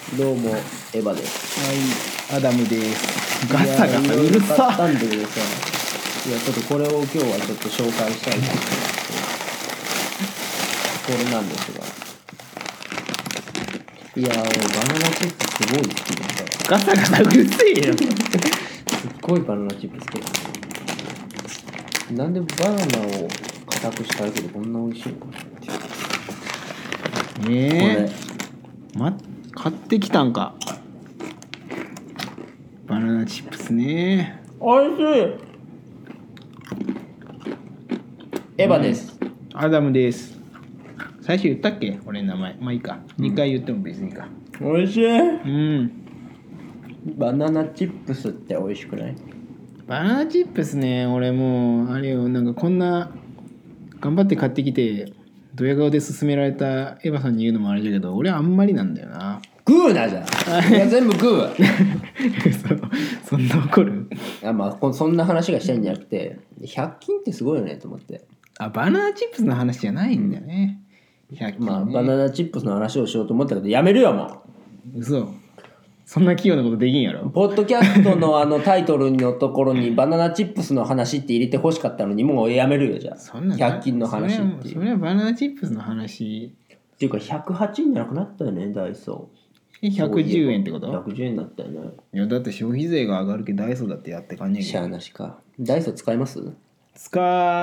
どうもエヴァです。 はい、アダムです。ガサガサうるさ。 買ったんだけどさ、いやちょっとこれを今日はちょっと紹介したいと思ってこれなんですが、いやバナナチップすごい好きでさ。 ガサガサうるせえよ。 すっごいバナナチップ好きだね。なんでバナナを固くしただけでこんな美味しいのかなって。 ねえ、買ってきたんか。バナナチップスね。 おいしい。エヴァです。 アダムです。最初言ったっけ俺の名前。まあいいか、2回言っても別にいいか。 おいしい。バナナチップスって美味しくない？ バナナチップスね、俺もうあれよ、なんかこんな頑張って買ってきてドヤ顔で勧められたエヴァさんに言うのもあれだけど、俺はあんまりなんだよな。 グーなじゃん。いや全部グー。 そんな怒る？ まあそんな話がしたいんじゃなくて、100均ってすごいよねと思って。 バナナチップスの話じゃないんだよね。100均ね。 まあバナナチップスの話をしようと思ったけどやめるよもう。嘘。そんな器用なことできんやろ。 ポッドキャストのタイトルのところにバナナチップスの話って入れて欲しかったのにもうやめるよじゃあ。 そんな 100均の話っていう。 それはバナナチップスの話っていうか108円じゃなくなったよねダイソー。 110円ってこと ？110円だったよね。 いやだって消費税が上がるけどダイソーだってやってかんねえけど。 しゃあなしか。ダイソー使います？ 使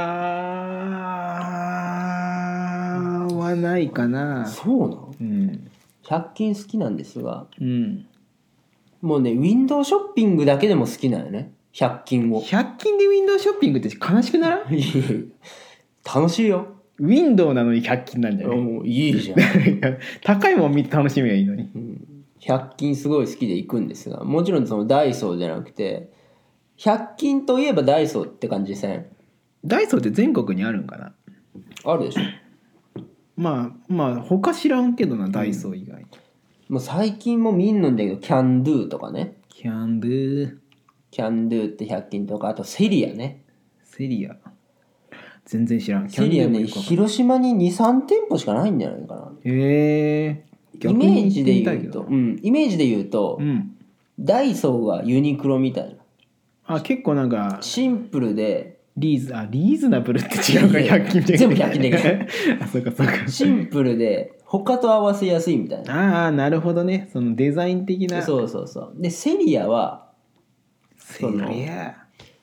わないかな。 そうなの？ うん。 100均好きなんですが、 うん。 もうねウィンドウショッピングだけでも好きなのね100均を。 100均でウィンドウショッピングって悲しくならん？ いやいや楽しいよ。 ウィンドウなのに100均なんじゃない？ もういいじゃん。 高いもん見て楽しみがいいのに。 100均すごい好きで行くんですが、もちろんそのダイソーじゃなくて100均といえばダイソーって感じせん？ ダイソーって全国にあるんかな？ あるでしょ。 まあ他知らんけどな、ダイソー以外。 もう最近も見んのんだけどキャンドゥとかね。 キャンドゥって100均とか、あとセリアね。 セリア全然知らん。 セリアね広島に 2,3 店舗しかないんじゃないかな。 へえ。 イメージで言うと、イメージで言うと、ダイソーはユニクロみたいな。 結構なんかシンプルでリーズナブルって違うか。100均で全部100均でそうかそうか。 シンプルで他と合わせやすいみたいな。 なるほどね。そのデザイン的な。 そうでセリアはセリア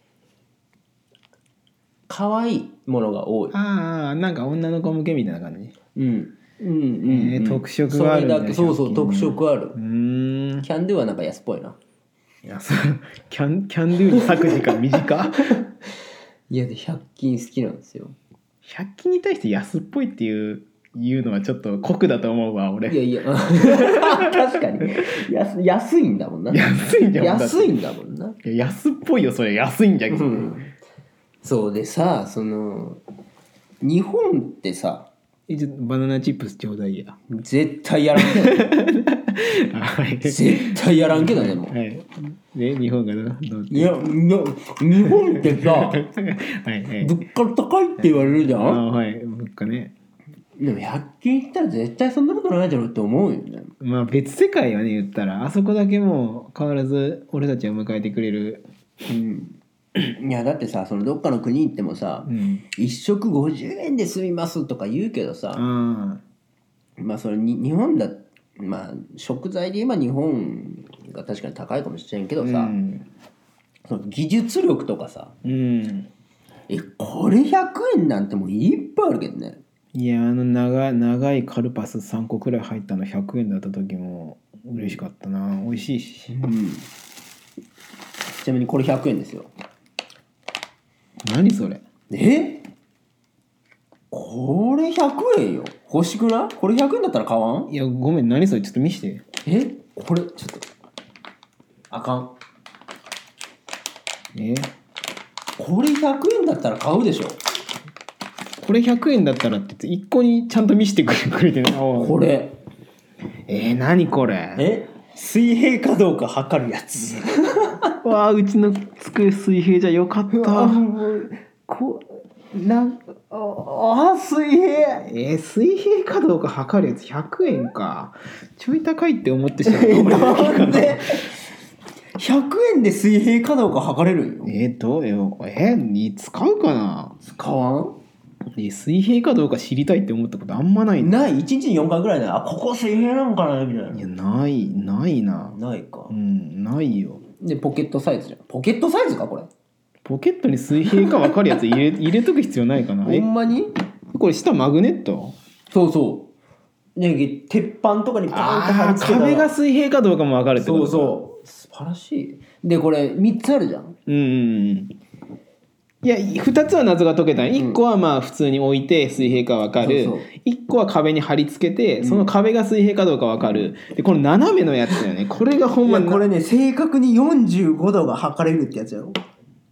可愛いものが多い。 なんか女の子向けみたいな感じ。特色があるんだよ。 そう特色ある。 キャキャンドゥはなんか安っぽいな。 いやキャンドゥに咲く時間短っ。 いやで100均好きなんですよ。 100均に対して安っぽいっていうのはちょっと酷だと思うわ俺。 いや確かに安いんだもんな。安いんだもんな。 安っぽいよそれ。安いんじゃけど、 そうでさ、その日本ってさ、 バナナチップスちょうだいや。 絶対やらんけど絶対やらんけどねもう、 で日本がどういや日本ってさ物価高いって言われるじゃん。 物価ね。 でも100均行ったら絶対そんなことないだろうって思うよね。 まあ別世界はね、言ったらあそこだけもう変わらず俺たちを迎えてくれる。 いやだってさ、そのどっかの国行ってもさ、1食50円で済みますとか言うけどさ、まあそれに日本だ、まあ食材で今日本が確かに高いかもしれんけどさ、その技術力とかさ、これ100円なんてもういっぱいあるけどね。 いや長いカルパス3個くらい入ったの100円だった時も嬉しかったな。美味しいし、 ちなみにこれ100円ですよ。 何それ？ これ100円よ。欲しくない？これ100円だったら買わん？ いやごめん、何それ、ちょっと見して。 これちょっとあかん。これ100円だったら買うでしょ。 これ100円だったらって言って1個にちゃんと見せてくれてね。 これ何これ？ 水平かどうか測るやつ。 わあ、うちの机水平じゃよかった。 水平水平かどうか測るやつ100円か。ちょい高いって思ってしまう。 なんで100円で水平かどうか測れるよ。 どうよ。使うかな。 使わん？ 水平かどうか知りたいって思ったことあんまない。 ない。1日に4回ぐらいだ。ここ水平なのかなみたいな。 いや、ないな。 ないか。 ないよ。 でポケットサイズじゃん。ポケットサイズかこれ。 ポケットに水平か分かるやつ入れとく必要ないかな。 ほんまに？ これ下マグネット？ そうね、鉄板とかにパーンって貼り付けたら壁が水平かどうかも分かるってことか。 そう素晴らしい。でこれ3つあるじゃん。 いや2つは謎が解けた。1個はまあ普通に置いて水平か分かる。1個は壁に貼り付けてその壁が水平かどうか分かる。でこの斜めのやつだよね。これがほんまこれね正確に45度が測れるってやつやろ。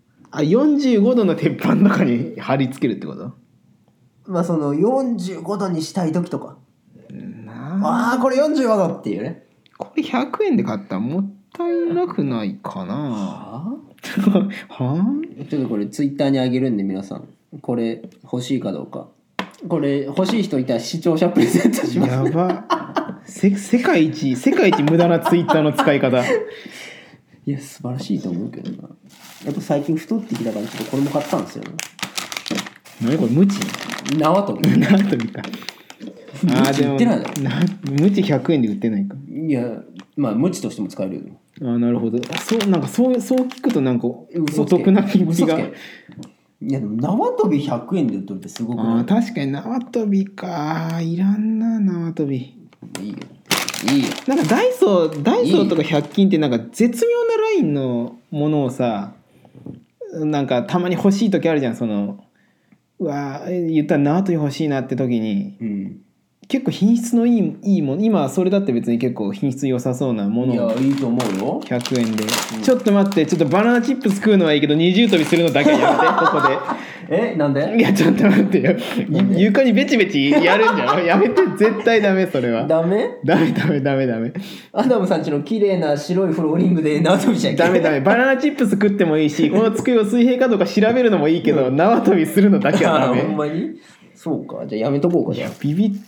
45度の鉄板とかに貼り付けるってこと？ まあその45度にしたい時とか。これ45度っていうね。 これ100円で買ったらもったいなくないかな。はちょっとこれツイッターにあげるんで皆さんこれ欲しいかどうか。これ欲しい人いたら視聴者プレゼントします。 やば。世界一無駄なツイッターの使い方。 いや素晴らしいと思うけどな。やっぱ最近太ってきたからちょっとこれも買ったんですよね。 何これムチ？ 縄跳び。 縄跳びか。 ムチ売ってないだろ。 ムチ100円で売ってないか。 いやまあムチとしても使えるよ。 なるほど。そう聞くとなんかお得な気持ちが。いやでも縄跳び100円で売っとるってすごくない？ 確かに縄跳びか。いらんな縄跳び。いいよ。 なんかダイソーとか100均ってなんか絶妙なラインのものをさ、なんかたまに欲しい時あるじゃん。言ったら縄跳び欲しいなって時に、結構品質のいいもの、今それだって別に結構品質良さそうなものを、 いやいいと思うよ。 100円で、ちょっと待って、ちょっとバナナチップス食うのはいいけど二重跳びするのだけはやめてここで。 なんで？ いやちょっと待ってよ。床にベチベチやるんじゃん。やめて、絶対ダメ。それはダメ。 アダムさんちの綺麗な白いフローリングで縄跳びしちゃいけない。 ダメ。バナナチップス食ってもいいし、この机を水平かどうか調べるのもいいけど、縄跳びするのだけはダメ。 ほんまに？そうか。じゃあやめとこうか。じゃあビビった。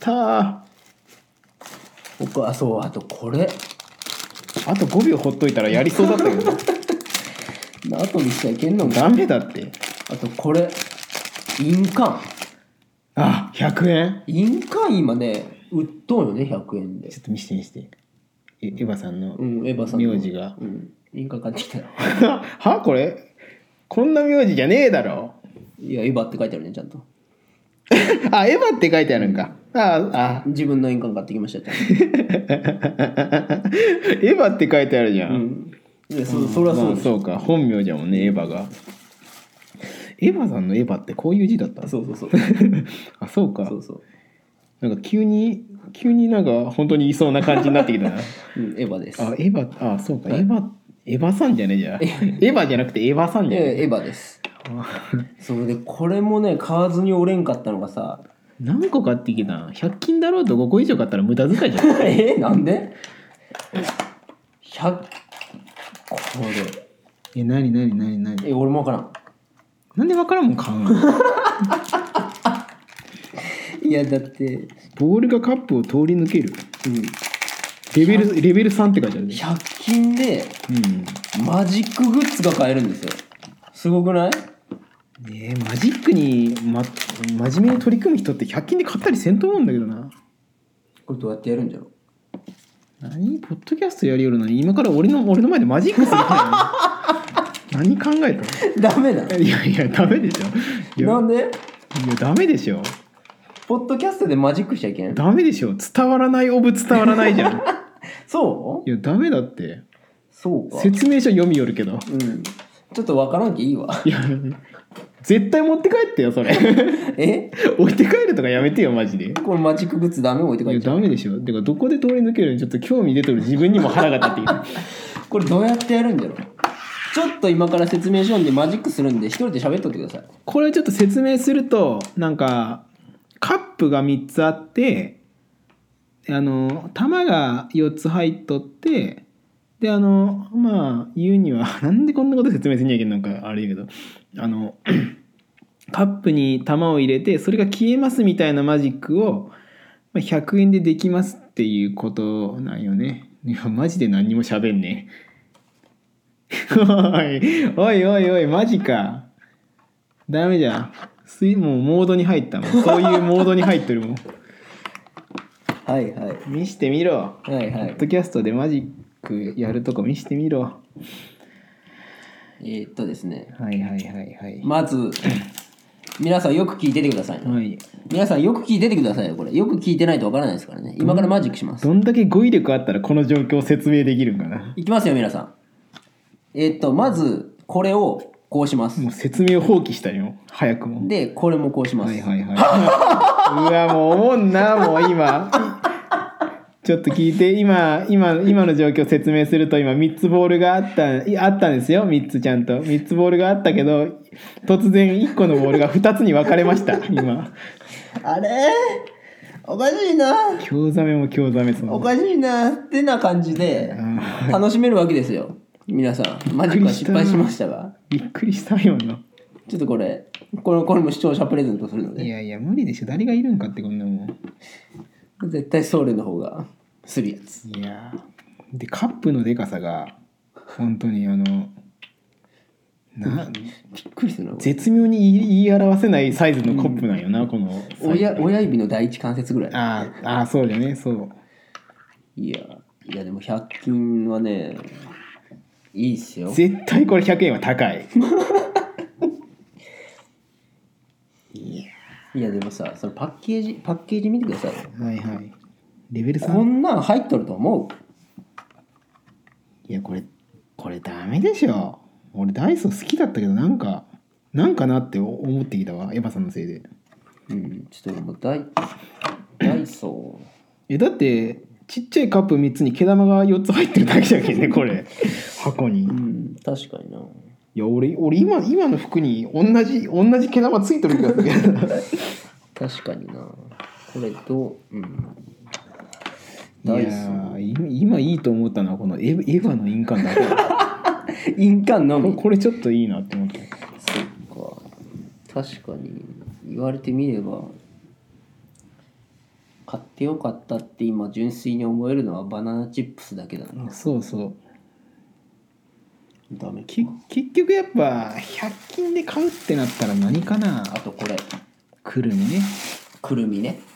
僕はそう。あとこれ。 あと5秒ほっといたらやりそうだったけど。 縄跳びしちゃいけんの？ ダメだって。 あとこれ。印鑑。 100円？ 印鑑今ね売っとんよね100円で。 ちょっと見せて。エヴァさんの名字が。 印鑑買ってきたよ。 はこれ？こんな名字じゃねえだろ。 いやエヴァって書いてあるねちゃんと。 エヴァって書いてあるんか。 自分の印鑑買ってきました。エヴァって書いてあるじゃん。 いやそりゃそう。 そうか、本名じゃもんね、エヴァが。エヴァさんのエヴァってこういう字だった？ そう。 そうか。 そう。 なんか急になんか本当にいそうな感じになってきたな。 エヴァです。 エヴァ、そうか、エヴァさんじゃねえじゃん。エヴァじゃなくてエヴァさんじゃねえ。 エヴァです。そうでこれもね買わずに折れんかったのがさ、 何個買ってきたん？100均だろうと5個以上買ったら無駄遣いじゃん。 なんでこれ何俺も分からん。 なんで分からんもん買うの？ いやだってボールがカップを通り抜ける、レベル3って書いてある。 100均で、マジックグッズが買えるんですよ。すごくない？ マジックに、真面目に取り組む人って100均で買ったりせんと思うんだけどな。 これどうやってやるんじゃろ？ 何ポッドキャストやりよるのに今から俺の前でマジックするか何考えたの？ダメだ。 いやダメでしょ。 なんで？ いやダメでしょ。 ポッドキャストでマジックしちゃいけない。 ダメでしょ。伝わらない伝わらないじゃん。 そう？ いやダメだって。 そうか。 説明書読みよるけど。 ちょっとわからんけいいわ。 いや絶対持って帰ってよそれ。置いて帰るとかやめてよマジで。 これマジックグッズダメ？置いて帰っちゃう。 ダメでしょ。てかどこで通り抜けるのちょっと興味出とる自分にも腹が立っている。 これどうやってやるんだろう。ちょっと今から説明書んでマジックするんで一人で喋っとってください。 これちょっと説明するとなんかカップが3つあって玉が4つ入っとってで言うにはなんでこんなこと説明せんにゃいけんのかあれやけどカップに玉を入れてそれが消えますみたいなマジックを100円でできますっていうことなんよね。いやマジで何にも喋んねおいおいおいマジか。ダメじゃん。もうモードに入ったもん。そういうモードに入ってるもん。 はいはい。 見してみろ。 はいはい。 ポッドキャストでマジックやるとこ見してみろ。 ですね。 はいはいはいはい。 まず皆さんよく聞いててくださいね。はい。皆さんよく聞いててくださいよ。これよく聞いてないとわからないですからね。今からマジックします。 どんだけ語彙力あったらこの状況を説明できるんかな。 いきますよ皆さん。まずこれをこうします。 もう説明を放棄したよ早くも。 でこれもこうします。 はいはいはい。うわもう思んなもう今。ちょっと聞いて今の状況を説明すると今3つボールがあったんですよ。3つちゃんと3つボールがあったけど突然1個のボールが2つに分かれました今。 あれおかしいな。 興ざめも興ざめそのおかしいなってな感じで楽しめるわけですよ。皆さんマジックは失敗しましたがびっくりしたよな。 ちょっとこれも視聴者プレゼントするので。 いやいや無理でしょ。誰がいるんかってこんなもん。 絶対ソウルの方がするやつ。 いやでカップのでかさが本当にびっくりするな。 絶妙に言い表せないサイズのコップなんよな、この親指の第一関節ぐらい。 ああそうだよね。そういやでも100均はねいいっすよ。 絶対これ100円は高い。 いやでもさそのパッケージ見てくださいよ。 はいはいレベル3。 こんなん入っとると思う？ いやこれダメでしょ。俺ダイソー好きだったけどなんかなって思ってきたわエヴァさんのせいで。 ちょっともうダイソーだってちっちゃいカップ3つに毛玉が4つ入ってるだけじゃけんねこれ箱に。 確かにな。 いや俺今の服に同じ毛玉ついてる気がするけど確かにな。これどういや今いいと思ったのはこのエヴァの印鑑だけ印鑑のみ。 これちょっといいなって思って。 そっか確かに言われてみれば買ってよかったって今純粋に思えるのはバナナチップスだけだな。 そうそうダメ。 結局やっぱ100均で買うってなったら何かな。 あとこれくるみね。 くる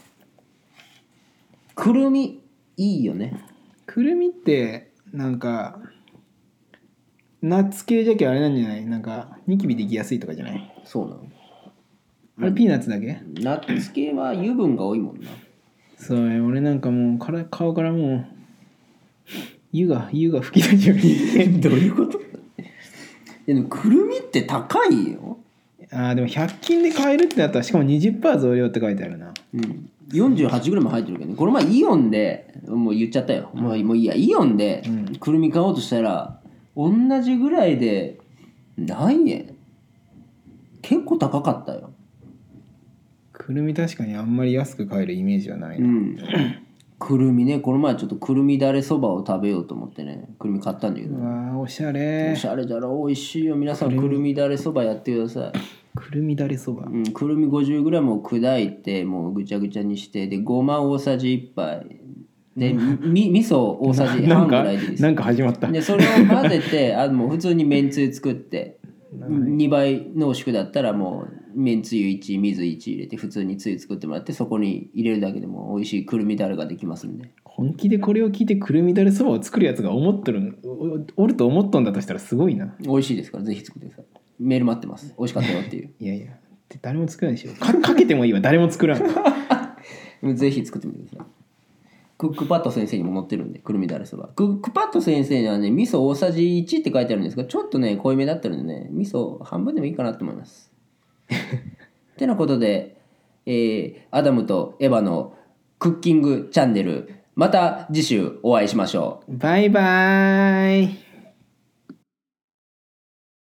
みいいよね。 くるみってなんかナッツ系じゃけあれなんじゃない。なんかニキビできやすいとかじゃない。 そうなの。 あれピーナッツだけ。 ナッツ系は油分が多いもんな。 そうね。俺なんかもう顔からもう湯が吹き出ちゃう。 どういうこと？でもくるみって高いよ。 でも100均で買えるってなったらしかも 20% 増量って書いてあるな。 48g 入ってるけどね。この前イオンでもう言っちゃったよ。もういいや。イオンでくるみ買おうとしたら同じぐらいで何円？結構高かったよ。 くるみ確かにあんまり安く買えるイメージはないな。 くるみね。この前ちょっとくるみだれそばを食べようと思ってねくるみ買ったんだけど。 うわおしゃれ。 おしゃれだろ。美味しいよ。皆さんくるみだれそばやってください。 くるみだれそば。 くるみ 50g を砕いてもうぐちゃぐちゃにしてでごま大さじ1杯で味噌大さじ半ぐらいでいいです。 なんか始まった。 でそれを混ぜてもう普通にめんつゆ作って2倍濃縮だったらもうめんつゆ1水1入れて普通につゆ作ってもらってそこに入れるだけでも美味しいくるみだれができますんで。 本気でこれを聞いてくるみだれそばを作るやつがおると思っとんだとしたらすごいな。 美味しいですからぜひ作ってください。メール待ってます。美味しかったよっていう。 いや誰も作らないでしょ。かけてもいいわ。誰も作らん。 ぜひ作ってみてください。クックパッド先生にも載ってるんでくるみだれそば。クックパッド先生にはね味噌大さじ1って書いてあるんですがちょっとね濃いめだったのでね味噌半分でもいいかなと思いますてなことで、アダムとエヴァのクッキングチャンネルまた次週お会いしましょう。 バイバーイ。